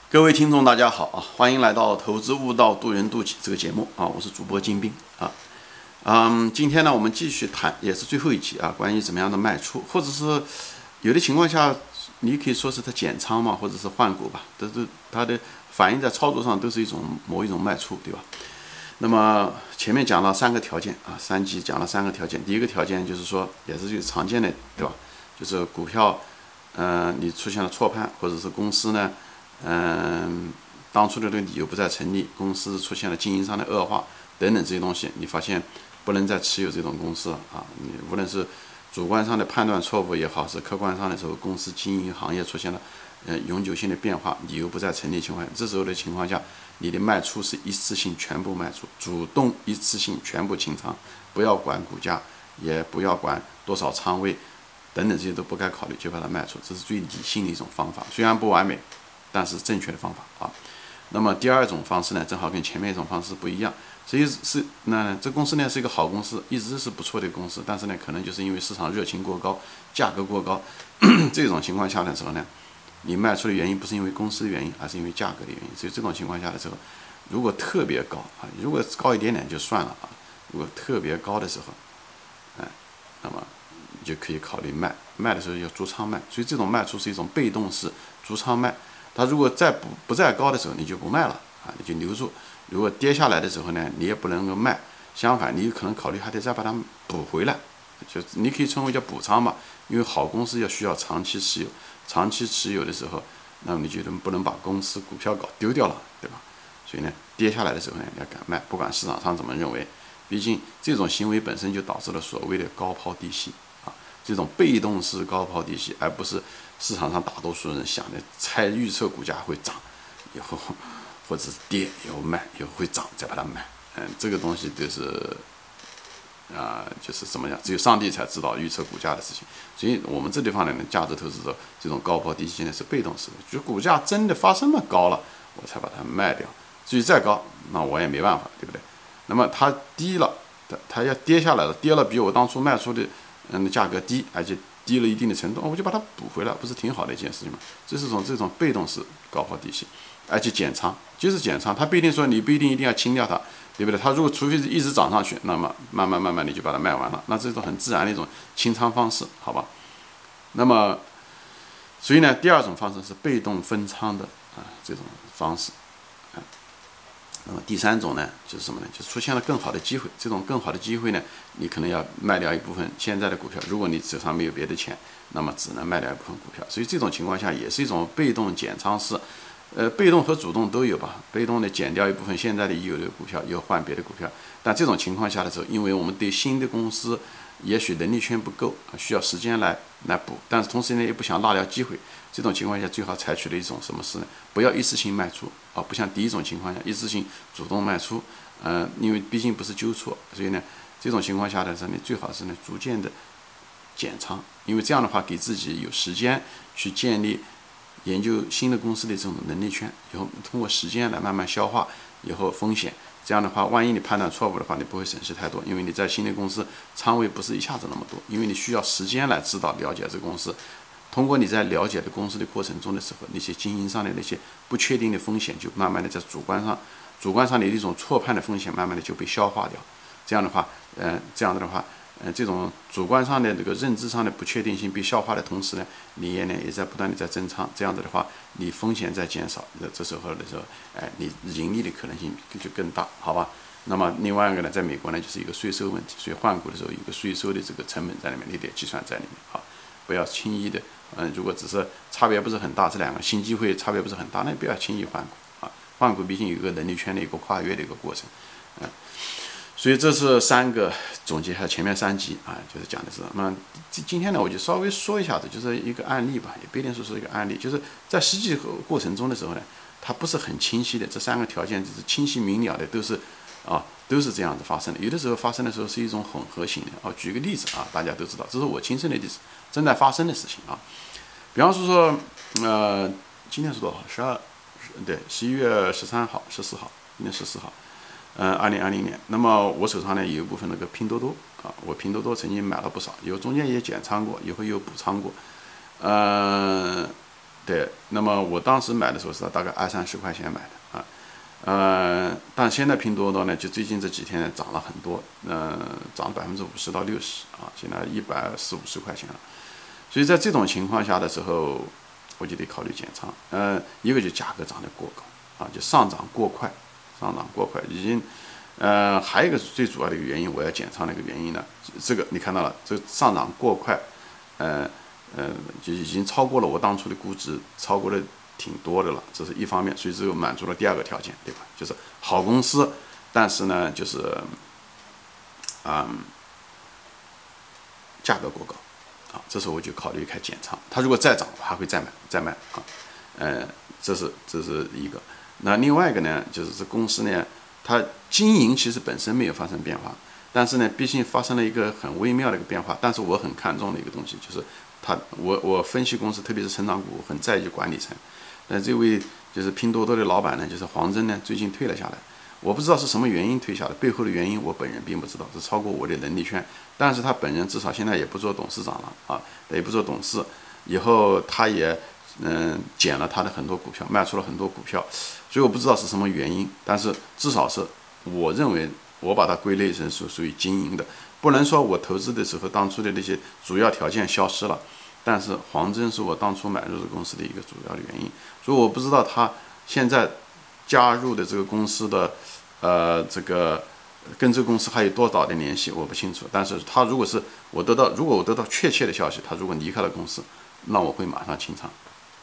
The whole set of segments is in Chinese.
各位听众，大家好啊！欢迎来到《投资悟道，渡人渡己》这个节目啊！我是主播金兵啊。今天呢，我们继续谈，也是最后一集啊，关于怎么样的卖出，或者是有的情况下，你可以说是它减仓嘛，或者是换股吧，都是它的反映在操作上都是某一种卖出，对吧？那么前面讲了三个条件啊，3集讲了三个条件。第一个条件就是说，也是最常见的，对吧？就是股票，你出现了错判，或者是公司呢。当初的这个理由不再成立，公司出现了经营上的恶化等等这些东西，你发现不能再持有这种公司了啊！你无论是主观上的判断错误也好，是客观上的时候公司经营行业出现了永久性的变化，理由不再成立情况下，这时候的情况下，你的卖出是一次性全部卖出，主动一次性全部清仓，不要管股价，也不要管多少仓位等等这些都不该考虑，就把它卖出，这是最理性的一种方法，虽然不完美。但是正确的方法啊。那么第二种方式呢，正好跟前面一种方式不一样。所以这公司呢是一个好公司，一直是不错的公司，但是呢可能就是因为市场热情过高，价格过高，这种情况下的时候呢，你卖出的原因不是因为公司的原因，而是因为价格的原因。所以这种情况下的时候，如果特别高啊，如果高一点点就算了啊，如果特别高的时候，那么你就可以考虑卖的时候要逐仓卖。所以这种卖出是一种被动式逐仓卖。它如果不再高的时候，你就不卖了啊，你就留住。如果跌下来的时候呢，你也不能够卖，相反，你有可能考虑还得再把它补回来，就你可以称为叫补仓嘛。因为好公司需要长期持有，长期持有的时候，那么你就不能把公司股票搞丢掉了，对吧？所以呢，跌下来的时候呢，你要敢卖，不管市场上怎么认为，毕竟这种行为本身就导致了所谓的高抛低吸啊，这种被动式高抛低吸，而不是市场上大多数人想的预测股价会涨以后，或者是跌以后卖，以后会涨再把它买。这个东西就是就是怎么样，只有上帝才知道预测股价的事情。所以我们这地方呢，价值投资者这种高抛低吸呢是被动式的，就股价真的发生了高了，我才把它卖掉。至于再高，那我也没办法，对不对？那么它低了，它要跌下来了，跌了比我当初卖出的价格低，而且低了一定的程度，我就把它补回来，不是挺好的一件事情吗？这是这种被动式高抛低吸，而且减仓就是减仓，它不一定说你不一定要清掉它，对不对？它如果除非是一直涨上去，那么慢慢你就把它卖完了，那这种很自然的一种清仓方式，好吧？那么，所以呢，第二种方式是被动分仓的这种方式。那么第三种呢，就是什么呢？就是出现了更好的机会。这种更好的机会呢，你可能要卖掉一部分现在的股票。如果你手上没有别的钱，那么只能卖掉一部分股票。所以这种情况下也是一种被动减仓式。被动和主动都有吧。被动的减掉一部分现在的已有的股票，又换别的股票。但这种情况下的时候，因为我们对新的公司也许能力圈不够，需要时间来补。但是同时呢，也不想落掉机会。这种情况下，最好采取的一种什么事呢？不要一次性卖出啊，不像第一种情况下一次性主动卖出，因为毕竟不是纠错，所以呢，这种情况下的时候，你最好是呢逐渐的减仓，因为这样的话给自己有时间去建立研究新的公司的这种能力圈，以后通过时间来慢慢消化以后风险。这样的话，万一你判断错误的话，你不会损失太多，因为你在新的公司仓位不是一下子那么多，因为你需要时间来知道了解这个公司。通过你在了解的公司的过程中的时候，那些经营上的那些不确定的风险，就慢慢的在主观上的一种错判的风险，慢慢的就被消化掉。这样的话，这种主观上的这个认知上的不确定性被消化的同时呢，你也在不断的在增仓。这样子的话，你风险在减少，这时候你盈利的可能性就更大，好吧？那么另外一个呢，在美国呢就是一个税收问题，所以换股的时候有一个税收的这个成本在里面，你得计算在里面，好，不要轻易的。如果只是差别不是很大，这两个新机会差别不是很大，那不要轻易换股啊！换股毕竟有一个能力圈的一个跨越的一个过程，所以这是三个总结，还有前面3集就是讲的是。那么今天呢，我就稍微说一下子，就是一个案例吧，也不一定说是一个案例，就是在实际过程中的时候呢，它不是很清晰的，这3个条件就是清晰明了的，都是这样子发生的。有的时候发生的时候是一种混合型的举个例子大家都知道，这是我亲身的例子。正在发生的事情比方说今天是多少？11月13号、14号，今天14号，2020年。那么我手上呢有一部分那个拼多多我拼多多曾经买了不少，中间也减仓过，以后又补仓过， 对，那么我当时买的时候是大概20-30块钱买的啊。但现在拼多多呢，就最近这几天涨了很多，涨50%到60%啊，现在140-150块钱了。所以在这种情况下的时候，我就得考虑减仓。一个就价格涨得过高啊，就上涨过快，已经。还有一个最主要的一个原因，我要减仓的一个原因呢，这个你看到了，这个上涨过快，就已经超过了我当初的估值，超过了挺多的了，这是一方面，所以这就满足了第二个条件，对吧？就是好公司，但是呢，就是价格过高啊，这时候我就考虑开减仓。它如果再涨，我还会再卖啊。这是一个。那另外一个呢，就是这公司呢，它经营其实本身没有发生变化，但是呢，毕竟发生了一个很微妙的一个变化。但是我很看重的一个东西就是我分析公司，特别是成长股，很在意管理层。这位就是拼多多的老板呢，就是黄峥呢，最近退了下来。我不知道是什么原因退下的，背后的原因我本人并不知道，是超过我的能力圈。但是他本人至少现在也不做董事长了啊，也不做董事。以后他也减了他的很多股票，卖出了很多股票，所以我不知道是什么原因。但是至少是我认为我把它归类成属于经营的，不能说我投资的时候当初的那些主要条件消失了。但是黄峥是我当初买入这公司的一个主要的原因，所以我不知道他现在加入的这个公司的这个跟这个公司还有多少的联系我不清楚。但是他如果我得到确切的消息，他如果离开了公司，那我会马上清仓，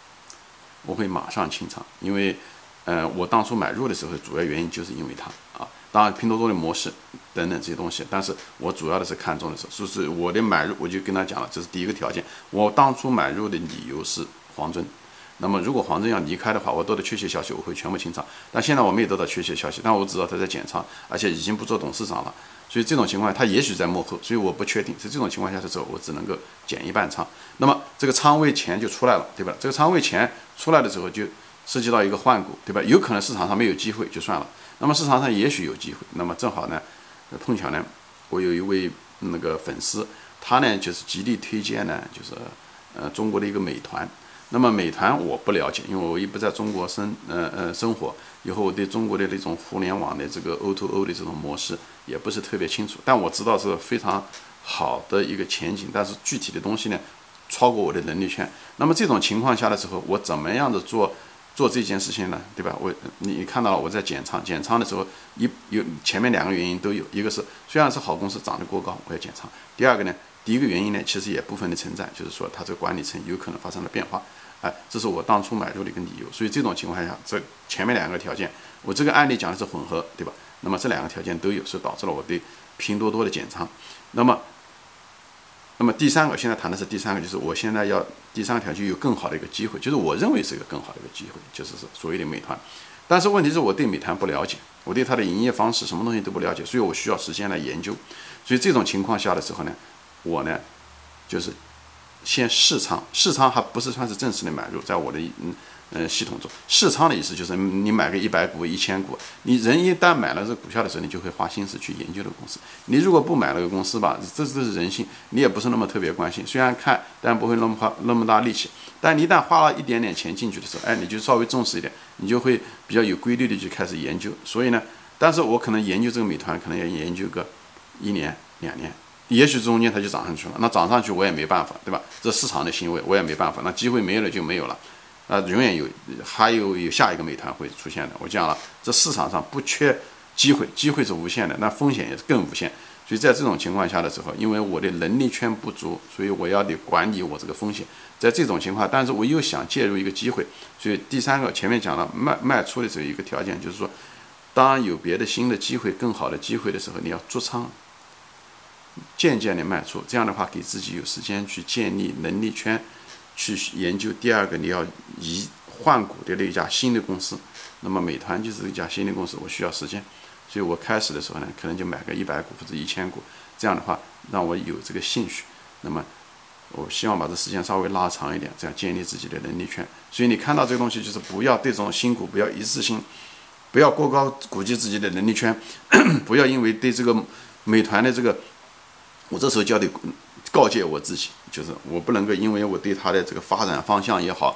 因为我当初买入的时候主要原因就是因为它啊。当然拼多多的模式等等这些东西，但是我主要的是看中的是我的买入，我就跟他讲了，这是第一个条件。我当初买入的理由是黄峥，那么如果黄峥要离开的话，我得到确切消息我会全部清仓。但现在我没有得到确切消息，但我知道他在减仓，而且已经不做董事长了。所以这种情况他也许在幕后，所以我不确定。是这种情况下的时候，我只能够减一半仓。那么这个仓位钱就出来了，对吧？这个仓位钱出来的时候就涉及到一个换股，对吧？有可能市场上没有机会就算了，那么市场上也许有机会。那么正好呢，碰巧呢，我有一位那个粉丝，他呢就是极力推荐呢，就是中国的一个美团。那么美团我不了解，因为我也不在中国生活，以后我对中国的那种互联网的这个 O2O 的这种模式也不是特别清楚，但我知道是非常好的一个前景，但是具体的东西呢，超过我的能力圈。那么这种情况下的时候，我怎么样的做这件事情呢？对吧？你看到了我在减仓的时候，前面两个原因都有，一个是虽然是好公司涨得过高，我要减仓；第二个呢，第一个原因呢，其实也部分的存在，就是说它这个管理层有可能发生了变化。这是我当初买入的一个理由。所以这种情况下，这前面两个条件，我这个案例讲的是混合，对吧？那么这两个条件都有，是导致了我对拼多多的减仓。那么第三个，现在谈的是第三个，就是我现在要第三个条件有更好的一个机会，就是我认为是一个更好的一个机会，就是所谓的美团。但是问题是我对美团不了解，我对它的营业方式什么东西都不了解，所以我需要时间来研究。所以这种情况下的时候呢，我呢就是先试仓还不是算是正式的买入，在我的系统中，试仓的意思就是你买个100股、1000股，你人一旦买了这股票的时候，你就会花心思去研究这个公司。你如果不买那个公司吧，这是人性，你也不是那么特别关心，虽然看，但不会花那么大力气。但你一旦花了一点点钱进去的时候，你就稍微重视一点，你就会比较有规律的就开始研究。所以呢，但是我可能研究这个美团，可能要研究个1年2年。也许中间它就涨上去了，那涨上去我也没办法，对吧？这市场的行为我也没办法，那机会没有了就没有了，永远还有下一个美团会出现的。我讲了，这市场上不缺机会，机会是无限的，那风险也是更无限。所以在这种情况下的时候，因为我的能力圈不足，所以我要得管理我这个风险。在这种情况，但是我又想介入一个机会，所以第三个前面讲了卖出的时候一个条件就是说，当有别的新的机会、更好的机会的时候，你要筑仓。渐渐的卖出，这样的话给自己有时间去建立能力圈，去研究。第二个，你要换股的那一家新的公司，那么美团就是一家新的公司，我需要时间，所以我开始的时候呢，可能就买个100股或者1000股，这样的话让我有这个兴趣。那么我希望把这时间稍微拉长一点，这样建立自己的能力圈。所以你看到这个东西，就是不要对这种新股不要一次性，不要过高估计自己的能力圈，不要因为对这个美团的这个。我这时候就得告诫我自己，就是我不能够因为我对它的这个发展方向也好，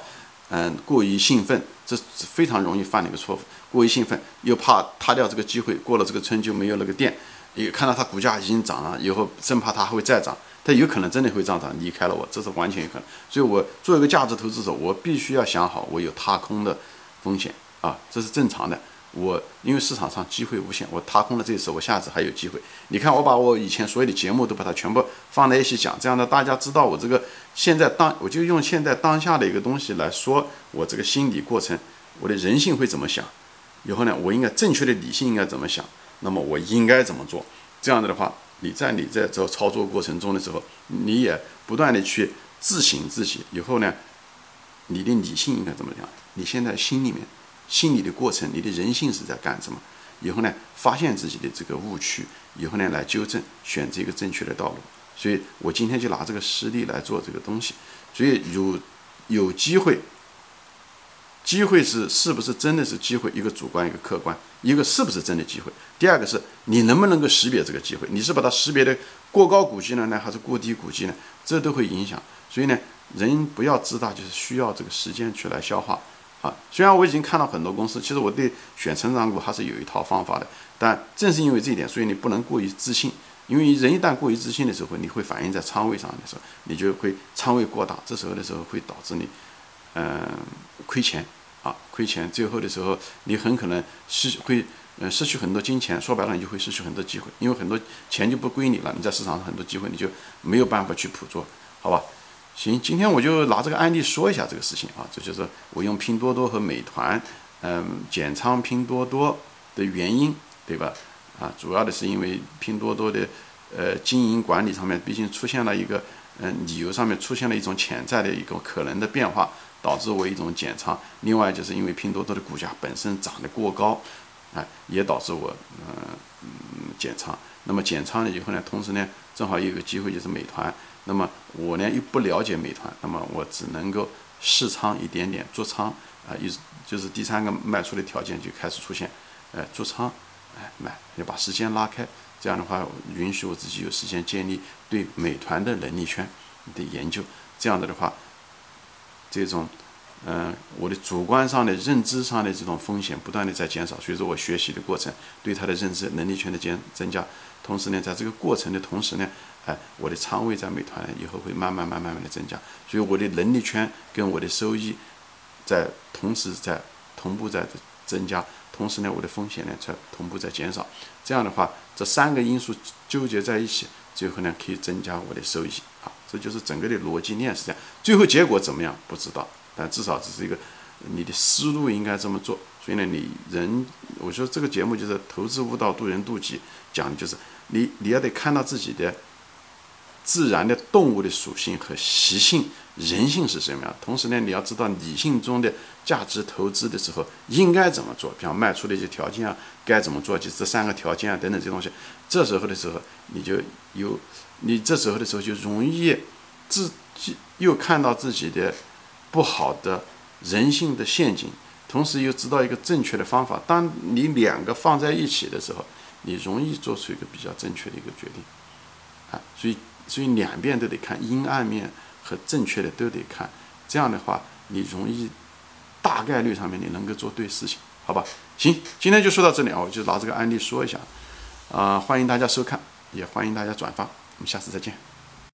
过于兴奋，这是非常容易犯的一个错误。过于兴奋，又怕塌掉这个机会，过了这个村就没有那个店。也看到它股价已经涨了，以后生怕它还会再涨，它有可能真的会涨，离开了我，这是完全有可能。所以我作为一个价值投资者，我必须要想好我有踏空的风险啊，这是正常的。我因为市场上机会无限，我踏空了这一次，我下次还有机会。你看，我把我以前所有的节目都把它全部放在一起讲，这样呢，大家知道我这个我就用现在当下的一个东西来说，我这个心理过程，我的人性会怎么想，以后呢，我应该正确的理性应该怎么想，那么我应该怎么做？这样子的话，你在这操作过程中的时候，你也不断的去自省自己，以后呢，你的理性应该怎么样？你现在心理的过程，你的人性是在干什么？以后呢，发现自己的这个误区，以后呢来纠正，选择一个正确的道路。所以我今天就拿这个实例来做这个东西。所以有机会，机会是不是真的是机会？一个主观，一个客观，一个是不是真的机会？第二个是你能不能够识别这个机会？你是把它识别的过高估计呢，还是过低估计呢？这都会影响。所以呢，人不要自大，就是需要这个时间去来消化。虽然我已经看到很多公司，其实我对选成长股还是有一套方法的，但正是因为这一点，所以你不能过于自信，因为人一旦过于自信的时候，你会反映在仓位上的时候，你就会仓位过大，这时候会导致你亏钱亏钱，最后的时候你很可能会失去很多金钱，说白了你就会失去很多机会，因为很多钱就不归你了，你在市场上很多机会你就没有办法去捕捉，好吧？行，今天我就拿这个案例说一下这个事情这就是我用拼多多和美团，减仓拼多多的原因，对吧？主要的是因为拼多多的经营管理上面，毕竟出现了一个理由上面出现了一种潜在的一个可能的变化，导致我一种减仓。另外就是因为拼多多的股价本身涨得过高，也导致我减仓。那么减仓了以后呢，同时呢，正好有个机会就是美团。那么我呢又不了解美团，那么我只能够试仓一点点，做仓就是第三个卖出的条件就开始出现，做仓，买，要把时间拉开，这样的话允许我自己有时间建立对美团的能力圈的研究，这样子的话，这种我的主观上的认知上的这种风险不断的在减少，所以说我学习的过程对它的认知能力圈的增加，同时呢，在这个过程的同时呢，我的仓位在美团以后会慢慢的增加，所以我的能力圈跟我的收益同步在增加，同时呢，我的风险呢在同步在减少，这样的话，这三个因素纠结在一起，最后呢可以增加我的收益这就是整个的逻辑链是这样，最后结果怎么样不知道。但至少这是一个你的思路应该这么做，所以呢，我说这个节目就是投资悟道，渡人渡己，讲的就是你要得看到自己的自然的动物的属性和习性、人性是什么样，同时呢，你要知道理性中的价值投资的时候应该怎么做，比方卖出的一些条件该怎么做，就这三个条件等等这些东西，这时候的时候你这时候的时候就容易又看到自己的不好的人性的陷阱，同时又知道一个正确的方法。当你两个放在一起的时候，你容易做出一个比较正确的一个决定所以两边都得看，阴暗面和正确的都得看。这样的话，你容易大概率上面你能够做对事情，好吧？行，今天就说到这里我就拿这个案例说一下欢迎大家收看，也欢迎大家转发，我们下次再见。